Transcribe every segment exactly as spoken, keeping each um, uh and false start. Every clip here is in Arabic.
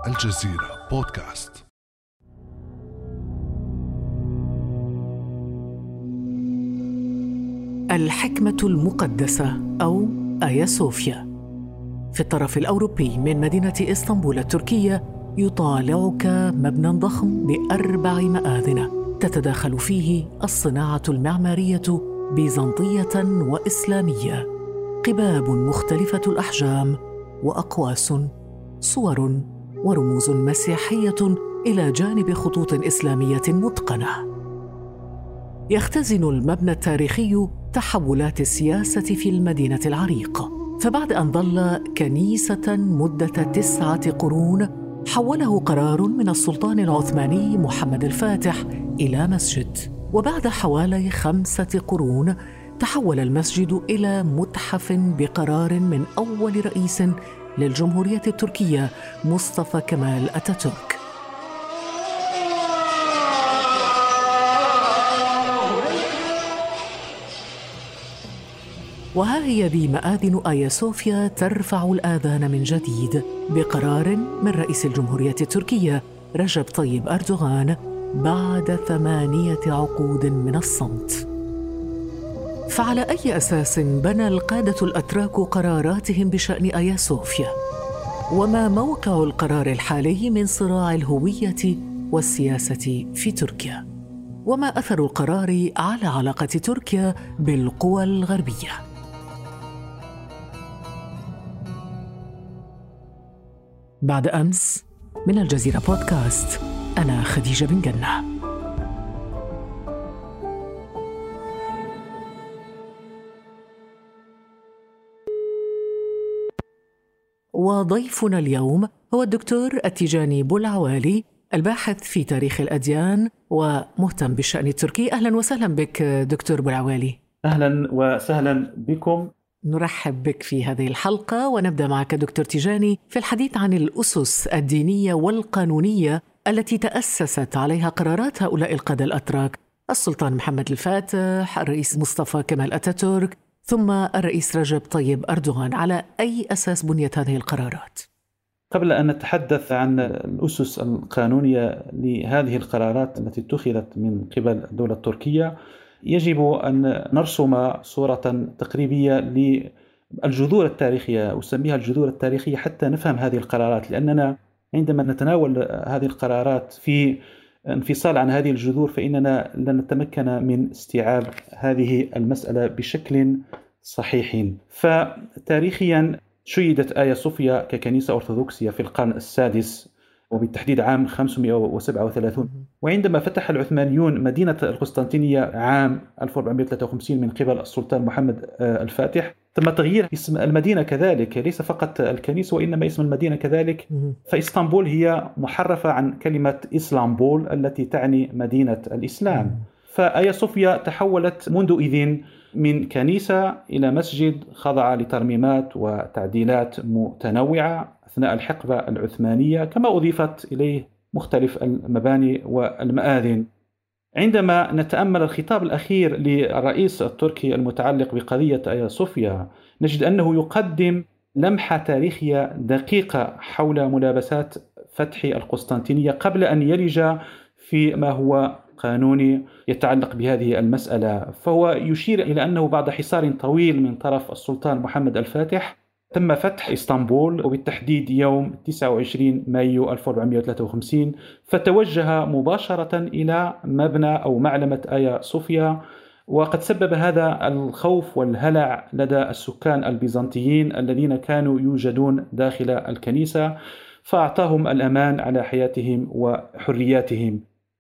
الجزيرة بودكاست. الحكمة المقدسة أو آيا صوفيا. في الطرف الأوروبي من مدينة إسطنبول التركية يطالعك مبنى ضخم بأربع مآذن تتداخل فيه الصناعة المعمارية بيزنطية وإسلامية، قباب مختلفة الأحجام وأقواس، صور ورموز مسيحية إلى جانب خطوط إسلامية متقنة. يختزن المبنى التاريخي تحولات السياسة في المدينة العريقة، فبعد أن ظل كنيسة مدة تسعة قرون حوله قرار من السلطان العثماني محمد الفاتح إلى مسجد، وبعد حوالي خمسة قرون تحول المسجد إلى متحف بقرار من أول رئيس للجمهورية التركية مصطفى كمال أتاتورك. وها هي بمآذن آيا صوفيا ترفع الآذان من جديد بقرار من رئيس الجمهورية التركية رجب طيب أردوغان بعد ثمانية عقود من الصمت. فعلى أي أساس بنى القادة الأتراك قراراتهم بشأن آيا صوفيا؟ وما موقع القرار الحالي من صراع الهوية والسياسة في تركيا؟ وما أثر القرار على علاقة تركيا بالقوى الغربية؟ بعد أمس من الجزيرة بودكاست، أنا خديجة بن جنة. وضيفنا اليوم هو الدكتور التيجاني بولعوالي، الباحث في تاريخ الأديان ومهتم بالشأن التركي. أهلا وسهلا بك دكتور بولعوالي. أهلا وسهلا بكم. نرحب بك في هذه الحلقة، ونبدأ معك دكتور تيجاني في الحديث عن الأسس الدينية والقانونية التي تأسست عليها قرارات هؤلاء القادة الأتراك، السلطان محمد الفاتح، الرئيس مصطفى كمال أتاتورك، ثم الرئيس رجب طيب أردوغان. على أي أساس بنيت هذه القرارات؟ قبل أن نتحدث عن الأسس القانونية لهذه القرارات التي اتخذت من قبل الدولة التركية، يجب أن نرسم صورة تقريبية للجذور التاريخية، أسميها الجذور التاريخية، حتى نفهم هذه القرارات، لأننا عندما نتناول هذه القرارات في انفصال عن هذه الجذور فإننا لن نتمكن من استيعاب هذه المسألة بشكل صحيح. فتاريخيا شيدت آيا صوفيا ككنيسة أرثوذكسية في القرن السادس، وبالتحديد عام خمسمائة وسبعة وثلاثين، وعندما فتح العثمانيون مدينة القسطنطينية عام ألف وأربعمائة وثلاثة وخمسين من قبل السلطان محمد الفاتح، تم تغيير اسم المدينة كذلك، ليس فقط الكنيسة وإنما اسم المدينة كذلك. فإسطنبول هي محرفة عن كلمة إسلامبول التي تعني مدينة الإسلام. فآيا صوفيا تحولت منذ إذن من كنيسة إلى مسجد خضع لترميمات وتعديلات متنوعة أثناء الحقبة العثمانية، كما أضيفت إليه مختلف المباني والمآذن. عندما نتأمل الخطاب الأخير للرئيس التركي المتعلق بقضية آيا صوفيا، نجد أنه يقدم لمحة تاريخية دقيقة حول ملابسات فتح القسطنطينية قبل أن يلج في ما هو قانوني يتعلق بهذه المسألة. فهو يشير إلى أنه بعد حصار طويل من طرف السلطان محمد الفاتح تم فتح إسطنبول، وبالتحديد يوم تسعة وعشرين مايو ألف وأربعمائة وثلاثة وخمسين، فتوجه مباشرة إلى مبنى أو معلمة آيا صوفيا، وقد سبب هذا الخوف والهلع لدى السكان البيزنطيين الذين كانوا يوجدون داخل الكنيسة، فأعطاهم الأمان على حياتهم وحرياتهم.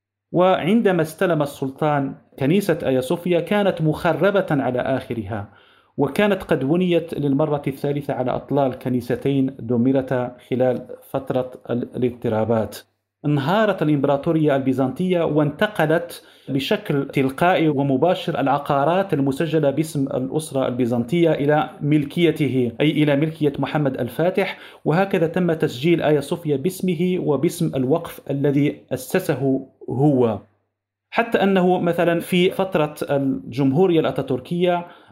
وعندما استلم السلطان كنيسة آيا صوفيا كانت مخربة على آخرها، وكانت قد بنيت للمرة الثالثة على أطلال كنيستين دمرتا خلال فترة الاضطرابات. انهارت الإمبراطورية البيزنطية وانتقلت بشكل تلقائي ومباشر العقارات المسجلة باسم الأسرة البيزنطية إلى ملكيته، أي إلى ملكية محمد الفاتح، وهكذا تم تسجيل آيا صوفيا باسمه وباسم الوقف الذي أسسه هو. حتى أنه مثلا في فترة الجمهورية الأتاتوركية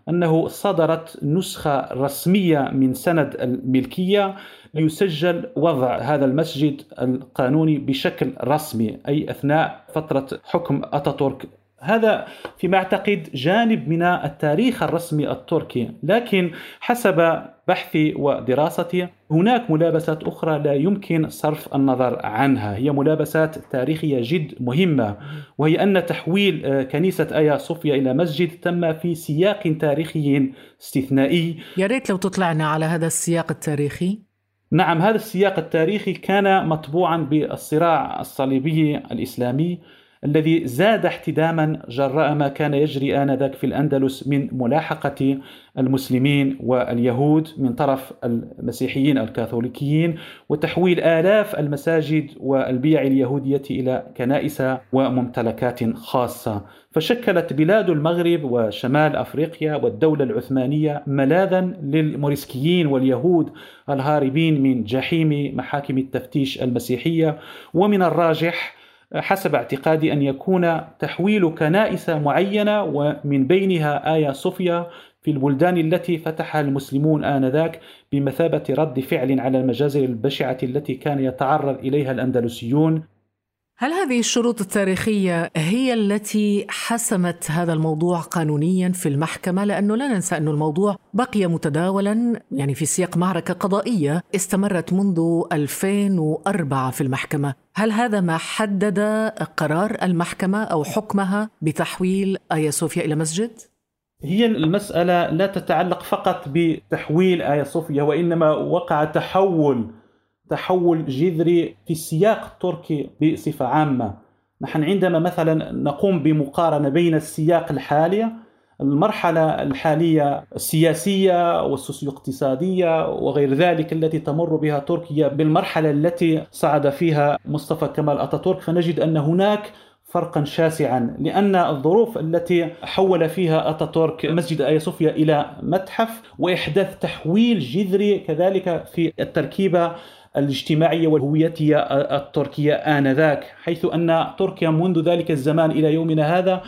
أنه صدرت نسخة رسمية من سند الملكية ليسجل وضع هذا المسجد القانوني بشكل رسمي، أي أثناء فترة حكم أتاتورك. هذا فيما أعتقد جانب من التاريخ الرسمي التركي، لكن حسب بحثي ودراستي هناك ملابسات أخرى لا يمكن صرف النظر عنها، هي ملابسات تاريخية جد مهمة، وهي أن تحويل كنيسة آيا صوفيا إلى مسجد تم في سياق تاريخي استثنائي. يا ريت لو تطلعنا على هذا السياق التاريخي. نعم، هذا السياق التاريخي كان مطبوعا بالصراع الصليبي الإسلامي الذي زاد احتداما جراء ما كان يجري آنذاك في الأندلس من ملاحقة المسلمين واليهود من طرف المسيحيين الكاثوليكيين، وتحويل آلاف المساجد والبيع اليهودية إلى كنائس وممتلكات خاصة. فشكلت بلاد المغرب وشمال أفريقيا والدولة العثمانية ملاذا للموريسكيين واليهود الهاربين من جحيم محاكم التفتيش المسيحية. ومن الراجح حسب اعتقادي أن يكون تحويل كنائس معينة ومن بينها آيا صوفيا في البلدان التي فتحها المسلمون آنذاك بمثابة رد فعل على المجازر البشعة التي كان يتعرض إليها الأندلسيون. هل هذه الشروط التاريخية هي التي حسمت هذا الموضوع قانونيا في المحكمة؟ لأنه لا ننسى أن الموضوع بقي متداولا يعني في سياق معركة قضائية استمرت منذ ألفين وأربعة في المحكمة. هل هذا ما حدد قرار المحكمة أو حكمها بتحويل آيا صوفيا إلى مسجد؟ هي المسألة لا تتعلق فقط بتحويل آيا صوفيا، وإنما وقع تحول تحول جذري في السياق التركي بصفة عامة. نحن عندما مثلا نقوم بمقارنة بين السياق الحالي، المرحلة الحالية السياسية والسوسيو-اقتصادية وغير ذلك التي تمر بها تركيا بالمرحلة التي صعد فيها مصطفى كمال أتاتورك، فنجد أن هناك فرقا شاسعا، لأن الظروف التي حول فيها أتاتورك مسجد آيا صوفيا إلى متحف وإحداث تحويل جذري كذلك في التركيبة الاجتماعية والهويتية التركية آنذاك، حيث أن تركيا منذ ذلك الزمان إلى يومنا هذا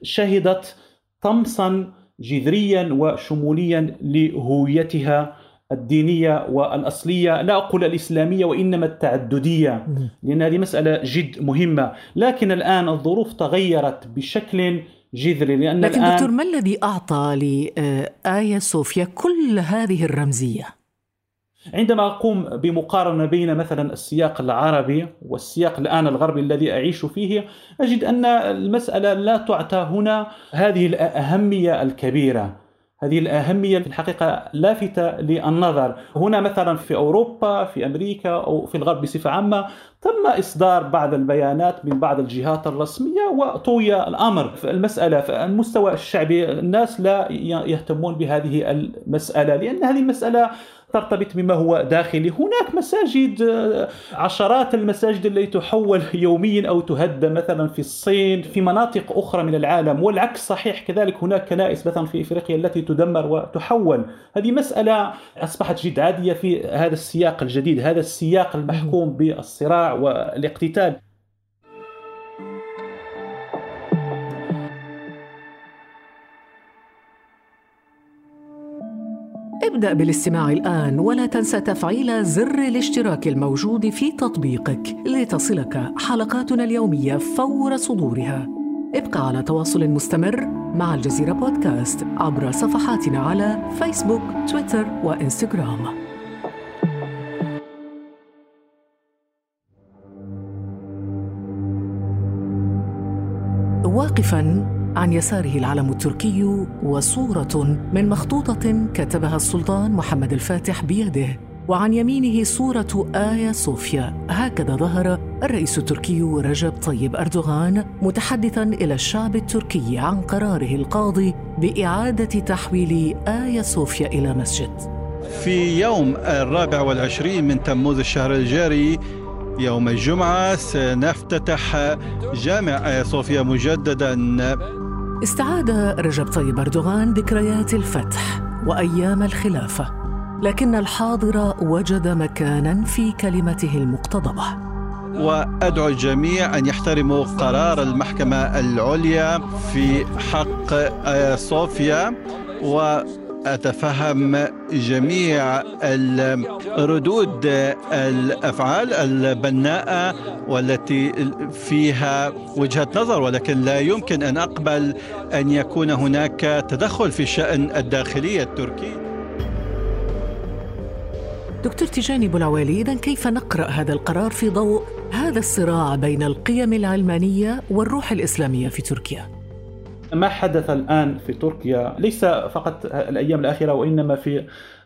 شهدت طمسا جذريا وشموليا لهويتها الدينية والأصلية، لا أقول الإسلامية وإنما التعددية، لأن هذه مسألة جد مهمة. لكن الآن الظروف تغيرت بشكل جذري، لأن لكن الآن دكتور، ما الذي أعطى لآيا صوفيا كل هذه الرمزية؟ عندما أقوم بمقارنة بين مثلا السياق العربي والسياق الآن الغربي الذي أعيش فيه، أجد أن المسألة لا تعطى هنا هذه الأهمية الكبيرة. هذه الأهمية في الحقيقة لافتة للنظر. هنا مثلا في أوروبا، في أمريكا أو في الغرب بصفة عامة تم إصدار بعض البيانات من بعض الجهات الرسمية وطوي الأمر في المسألة. في المستوى الشعبي الناس لا يهتمون بهذه المسألة، لأن هذه المسألة ترتبط بما هو داخلي. هناك مساجد، عشرات المساجد التي تحول يوميا أو تهدم مثلا في الصين، في مناطق أخرى من العالم، والعكس صحيح كذلك. هناك كنائس مثلا في إفريقيا التي تدمر وتحول. هذه مسألة أصبحت جد عادية في هذا السياق الجديد، هذا السياق المحكوم بالصراع والاقتتال. ابدأ بالاستماع الآن، ولا تنسى تفعيل زر الاشتراك الموجود في تطبيقك لتصلك حلقاتنا اليومية فور صدورها. ابقى على تواصل مستمر مع الجزيرة بودكاست عبر صفحاتنا على فيسبوك، تويتر وإنستغرام. واقفاً عن يساره العلم التركي وصورة من مخطوطة كتبها السلطان محمد الفاتح بيده، وعن يمينه صورة آيا صوفيا. هكذا ظهر الرئيس التركي رجب طيب أردوغان متحدثاً إلى الشعب التركي عن قراره القاضي بإعادة تحويل آيا صوفيا إلى مسجد. في يوم الرابع والعشرين من تموز الشهر الجاري يوم الجمعة سنفتتح جامع آيا صوفيا مجدداً. استعاد رجب طيب أردوغان ذكريات الفتح وأيام الخلافة، لكن الحاضر وجد مكاناً في كلمته المقتضبة. وأدعو الجميع أن يحترموا قرار المحكمة العليا في حق آيا صوفيا وأتفهم جميع ردود الأفعال البناءة والتي فيها وجهة نظر، ولكن لا يمكن أن أقبل أن يكون هناك تدخل في الشأن الداخلي التركي. دكتور تيجاني بولعوالي، إذن كيف نقرأ هذا القرار في ضوء هذا الصراع بين القيم العلمانية والروح الإسلامية في تركيا؟ ما حدث الآن في تركيا ليس فقط الأيام الأخيرة وإنما في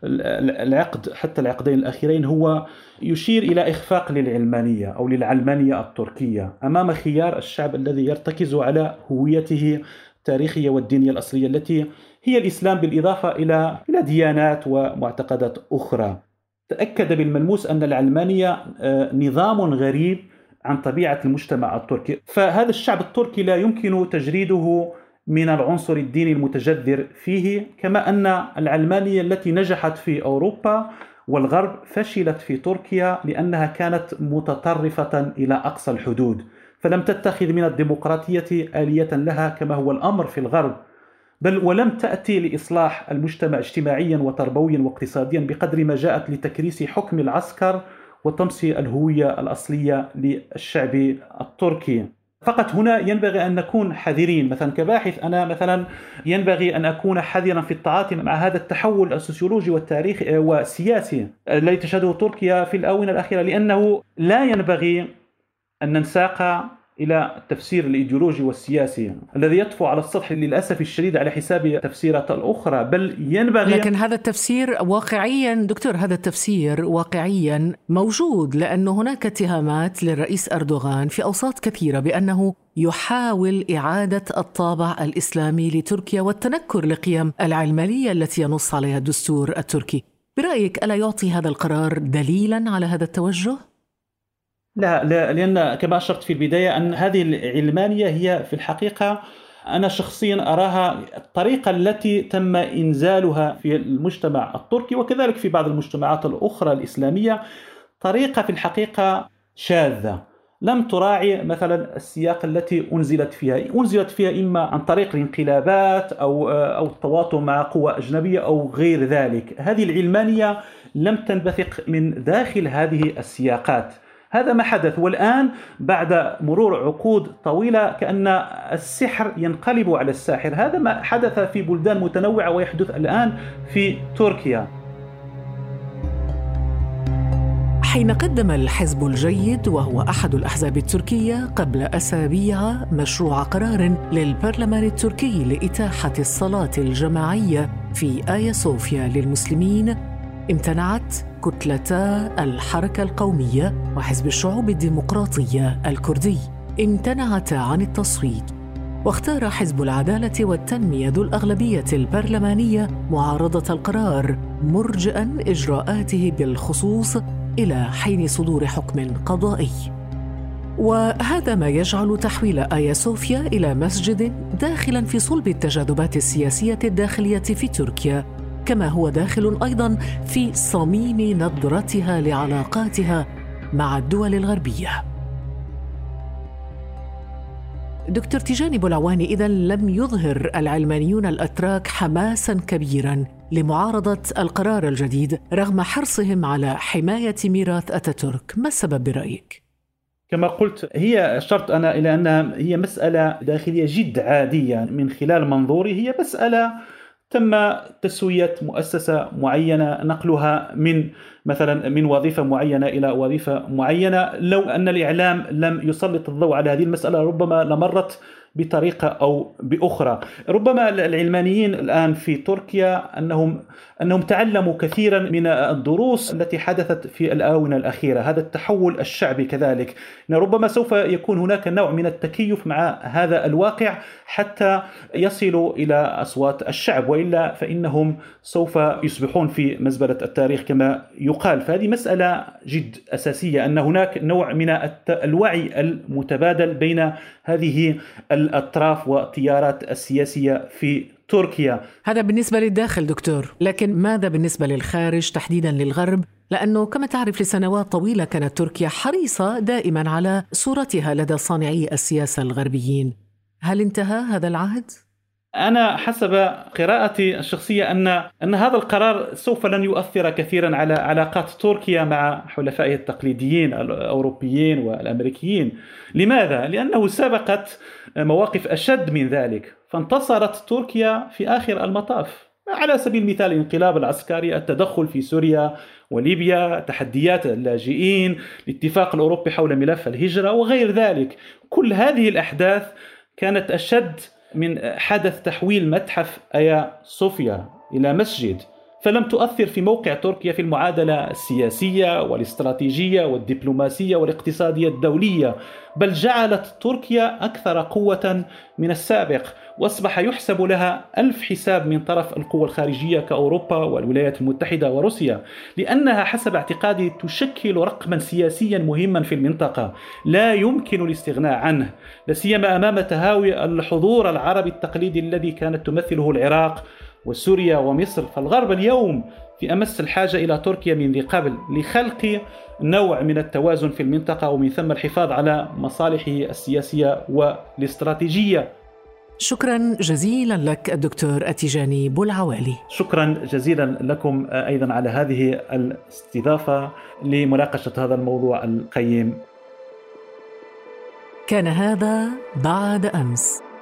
العقد حتى العقدين الأخيرين هو يشير إلى إخفاق للعلمانية أو للعلمانية التركية أمام خيار الشعب الذي يرتكز على هويته التاريخية والدينية الأصلية التي هي الإسلام بالإضافة إلى إلى ديانات ومعتقدات أخرى. تأكد بالملموس أن العلمانية نظام غريب عن طبيعة المجتمع التركي، فهذا الشعب التركي لا يمكن تجريده من العنصر الديني المتجذر فيه، كما أن العلمانية التي نجحت في أوروبا والغرب فشلت في تركيا لأنها كانت متطرفة إلى أقصى الحدود، فلم تتخذ من الديمقراطية آلية لها كما هو الأمر في الغرب، بل ولم تأتي لإصلاح المجتمع اجتماعيا وتربويا واقتصاديا بقدر ما جاءت لتكريس حكم العسكر وطمس الهوية الأصلية للشعب التركي. فقط هنا ينبغي أن نكون حذرين، مثلا كباحث أنا مثلا ينبغي أن أكون حذرا في التعاطي مع هذا التحول السوسيولوجي والتاريخي والسياسي الذي تشهده تركيا في الآونة الأخيرة، لأنه لا ينبغي أن ننساق إلى التفسير الإيديولوجي والسياسي الذي يطفو على السطح للأسف الشديد على حساب تفسيرات الأخرى، بل ينبغي. لكن هذا التفسير واقعيا دكتور، هذا التفسير واقعيا موجود، لأن هناك اتهامات للرئيس أردوغان في أوساط كثيرة بأنه يحاول إعادة الطابع الإسلامي لتركيا والتنكر لقيم العلمانية التي ينص عليها الدستور التركي. برأيك ألا يعطي هذا القرار دليلا على هذا التوجه؟ لا, لا لأن كما أشرت في البداية أن هذه العلمانية هي في الحقيقة أنا شخصيا أراها الطريقة التي تم إنزالها في المجتمع التركي وكذلك في بعض المجتمعات الأخرى الإسلامية، طريقة في الحقيقة شاذة لم تراعي مثلا السياق التي أنزلت فيها أنزلت فيها إما عن طريق الانقلابات أو أو التواطؤ مع قوى أجنبية أو غير ذلك. هذه العلمانية لم تنبثق من داخل هذه السياقات. هذا ما حدث، والآن بعد مرور عقود طويلة كأن السحر ينقلب على الساحر. هذا ما حدث في بلدان متنوعة ويحدث الآن في تركيا. حين قدم الحزب الجيد وهو أحد الأحزاب التركية قبل أسابيع مشروع قرار للبرلمان التركي لإتاحة الصلاة الجماعية في آيا صوفيا للمسلمين، امتنعت كتلتا الحركة القومية وحزب الشعوب الديمقراطية الكردي امتنعتا عن التصويت، واختار حزب العدالة والتنمية ذو الأغلبية البرلمانية معارضة القرار مرجئا إجراءاته بالخصوص إلى حين صدور حكم قضائي. وهذا ما يجعل تحويل آيا صوفيا إلى مسجد داخلا في صلب التجاذبات السياسية الداخلية في تركيا، كما هو داخل أيضاً في صميم نظرتها لعلاقاتها مع الدول الغربية. دكتور تيجاني بولعواني، إذن لم يظهر العلمانيون الأتراك حماساً كبيراً لمعارضة القرار الجديد رغم حرصهم على حماية ميراث أتاتورك، ما السبب برأيك؟ كما قلت، هي أشرت أنا إلى أنها هي مسألة داخلية جد عادية من خلال منظوري، هي مسألة تم تسوية مؤسسة معينة، نقلها من مثلا من وظيفة معينة إلى وظيفة معينة. لو أن الإعلام لم يسلط الضوء على هذه المسألة ربما لمرت بطريقة أو بأخرى. ربما العلمانيين الآن في تركيا أنهم أنهم تعلموا كثيرا من الدروس التي حدثت في الآونة الأخيرة، هذا التحول الشعبي كذلك، ربما سوف يكون هناك نوع من التكيف مع هذا الواقع حتى يصلوا إلى أصوات الشعب، وإلا فإنهم سوف يصبحون في مزبلة التاريخ كما يقال. فهذه مسألة جد أساسية، أن هناك نوع من الوعي المتبادل بين هذه الأطراف والتيارات السياسية في تركيا. هذا بالنسبة للداخل دكتور، لكن ماذا بالنسبة للخارج تحديدا للغرب؟ لأنه كما تعرف لسنوات طويلة كانت تركيا حريصة دائما على صورتها لدى صانعي السياسة الغربيين. هل انتهى هذا العهد؟ أنا حسب قراءتي الشخصية أن أن هذا القرار سوف لن يؤثر كثيرا على علاقات تركيا مع حلفائها التقليديين الأوروبيين والأمريكيين. لماذا؟ لأنه سبقت مواقف أشد من ذلك، فانتصرت تركيا في آخر المطاف. على سبيل المثال الانقلاب العسكري، التدخل في سوريا وليبيا، تحديات اللاجئين، الاتفاق الأوروبي حول ملف الهجرة وغير ذلك. كل هذه الأحداث كانت أشد من حدث تحويل متحف آيا صوفيا إلى مسجد، فلم تؤثر في موقع تركيا في المعادلة السياسية والاستراتيجية والدبلوماسية والاقتصادية الدولية، بل جعلت تركيا أكثر قوة من السابق، وأصبح يحسب لها ألف حساب من طرف القوى الخارجية كأوروبا والولايات المتحدة وروسيا، لأنها حسب اعتقادي تشكل رقما سياسيا مهما في المنطقة لا يمكن الاستغناء عنه، لا سيما أمام تهاوي الحضور العربي التقليدي الذي كانت تمثله العراق وسوريا ومصر. فالغرب اليوم في أمس الحاجة إلى تركيا من ذي قبل لخلق نوع من التوازن في المنطقة، ومن ثم الحفاظ على مصالحه السياسية والاستراتيجية. شكرا جزيلا لك الدكتور أتيجاني بولعوالي. شكرا جزيلا لكم أيضا على هذه الاستضافة لمناقشة هذا الموضوع القيم. كان هذا بعد أمس.